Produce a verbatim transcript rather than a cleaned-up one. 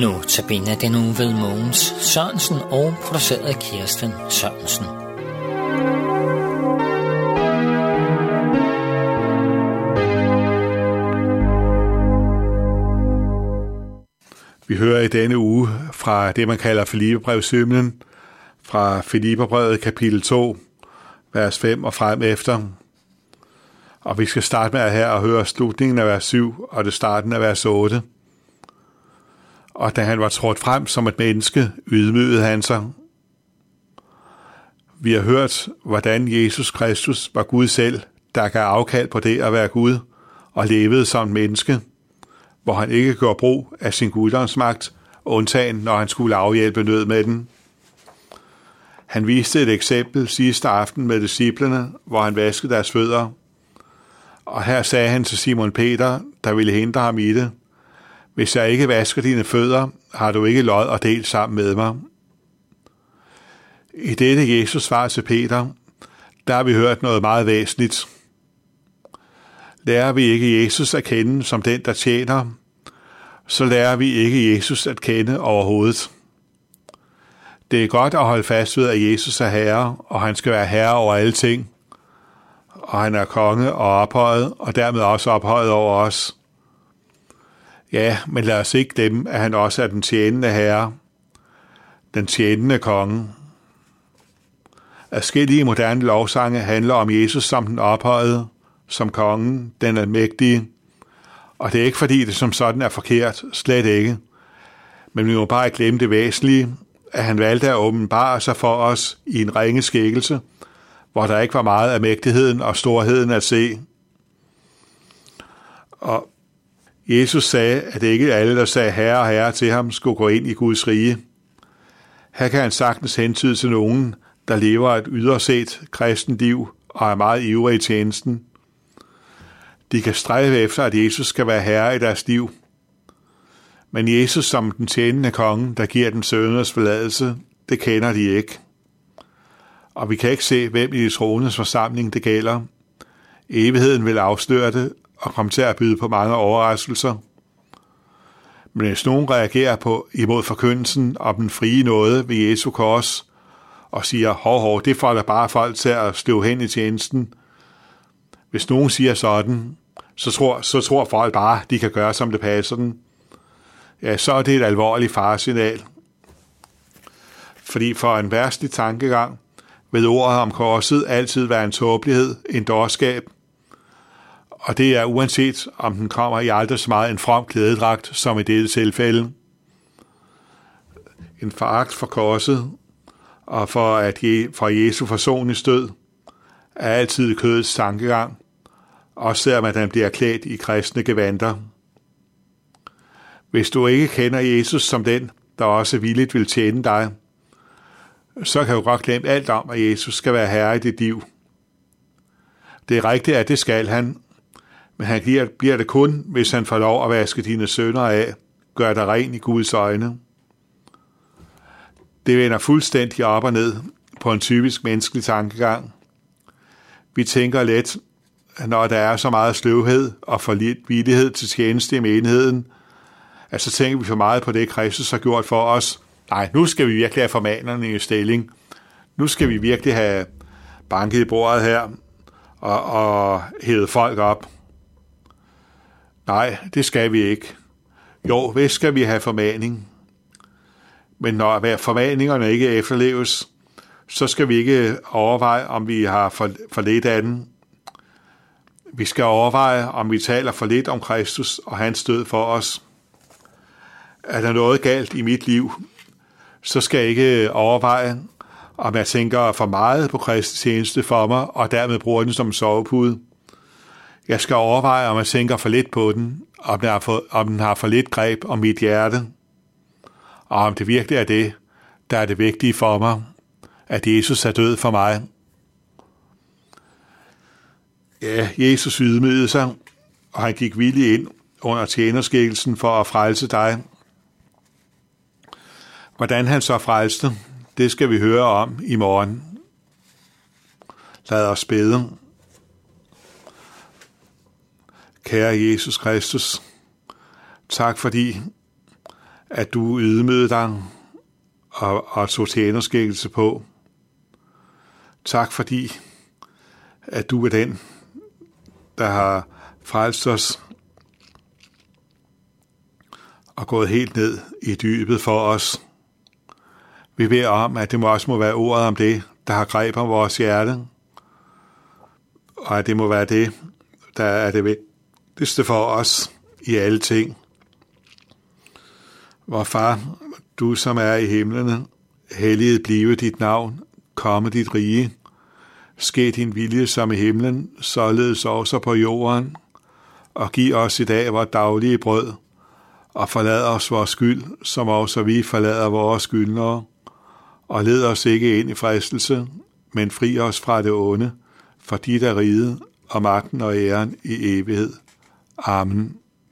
Nu tabiner den uge ved Mogens Sørensen og produceret af Kirsten Sørensen. Vi hører i denne uge fra det, man kalder Filipperbrevshymnen, fra Filipperbrevet kapitel to, vers fem og frem efter. Og vi skal starte med her at høre slutningen af vers syv og det starten af vers otte. Og da han var trådt frem som et menneske, ydmygede han sig. Vi har hørt, hvordan Jesus Kristus var Gud selv, der gav afkald på det at være Gud, og levede som et menneske, hvor han ikke gjorde brug af sin guddomsmagt, undtagen når han skulle afhjælpe nød med den. Han viste et eksempel sidste aften med disciplene, hvor han vaskede deres fødder. Og her sagde han til Simon Peter, der ville hindre ham i det: hvis jeg ikke vasker dine fødder, har du ikke lod og del sammen med mig. I dette Jesus svar til Peter, der har vi hørt noget meget væsentligt. Lærer vi ikke Jesus at kende som den, der tjener, så lærer vi ikke Jesus at kende overhovedet. Det er godt at holde fast ved, at Jesus er herre, og han skal være herre over alle ting. Og han er konge og ophøjet, og dermed også ophøjet over os. Ja, men lad os ikke glemme, at han også er den tjenende herre, den tjenende konge. Adskillige moderne lovsange handler om Jesus som den ophøjede, som kongen, den almægtige. Og det er ikke fordi, det som sådan er forkert, slet ikke. Men vi må bare ikke glemme det væsentlige, at han valgte at åbenbare sig for os i en ringe skikkelse, hvor der ikke var meget af mægtigheden og storheden at se. Og Jesus sagde, at ikke alle, der sagde herre, herre til ham, skulle gå ind i Guds rige. Her kan han sagtens hentyde til nogen, der lever et yderset kristent liv og er meget ivrige i tjenesten. De kan stræbe efter, at Jesus skal være herre i deres liv. Men Jesus som den tjenende konge, der giver dem søndernes forladelse, det kender de ikke. Og vi kan ikke se, hvem i de troendes forsamling det gælder. Evigheden vil afsløre det og komme til at byde på mange overraskelser. Men hvis nogen reagerer på imod forkyndelsen om den frie nåde ved Jesu kors, og siger, hov, hov, det får da bare folk til at støve hen i tjenesten. Hvis nogen siger sådan, så tror, så tror folk bare, de kan gøre, som det passer den. Ja, så er det et alvorligt faresignal. Fordi for en værstlig tankegang vil ordet om korset altid være en tåbelighed, en dårskab. Og det er uanset, om den kommer i aldrig så meget en from klædedragt, som i dette tilfælde. En foragt for korset, og for, at for Jesu forsoningsdød, er altid kødets tankegang, også selvom at han bliver klædt i kristne gevandter. Hvis du ikke kender Jesus som den, der også villigt vil tjene dig, så kan du godt glemme alt om, at Jesus skal være herre i dit liv. Det er rigtigt, at det skal han, men han bliver det kun, hvis han får lov at vaske dine synder af, gør dig ren i Guds øjne. Det vender fuldstændig op og ned på en typisk menneskelig tankegang. Vi tænker let, når der er så meget sløvhed og for lidt villighed til tjeneste i menigheden, at så tænker vi for meget på det, Kristus har gjort for os. Nej, nu skal vi virkelig have formanerne i stilling. Nu skal vi virkelig have banket i bordet her og, og hævet folk op. Nej, det skal vi ikke. Jo, hvis skal vi have formaning. Men når formaningerne ikke efterleves, så skal vi ikke overveje, om vi har for, for lidt af den. Vi skal overveje, om vi taler for lidt om Kristus og hans død for os. Er der noget galt i mit liv, så skal jeg ikke overveje, om jeg tænker for meget på Kristi tjeneste for mig, og dermed bruger den som sovepude. Jeg skal overveje, om jeg tænker for lidt på den, om den har for, om den har for lidt greb om mit hjerte, og om det virkelig er det, der er det vigtige for mig, at Jesus er død for mig. Ja, Jesus ydmygede sig, og han gik villig ind under tjenerskikkelsen for at frelse dig. Hvordan han så frelste, det skal vi høre om i morgen. Lad os bede. Kære Jesus Kristus, tak fordi, at du ydmygede dig og, og tog tjenerskikkelse på. Tak fordi, at du er den, der har frelst os og gået helt ned i dybet for os. Vi beder om, at det må også må være ordet om det, der har greb om vores hjerte, og at det må være det, der er det vigtigste for os i alle ting. Vor far, du som er i himlene, helliget blive dit navn, komme dit rige, ske din vilje som i himlen, således også på jorden, og giv os i dag vores daglige brød, og forlad os vores skyld, som også vi forlader vores skyldnere, og led os ikke ind i fristelse, men fri os fra det onde, for dit er riget, og magten og æren i evighed. Amen.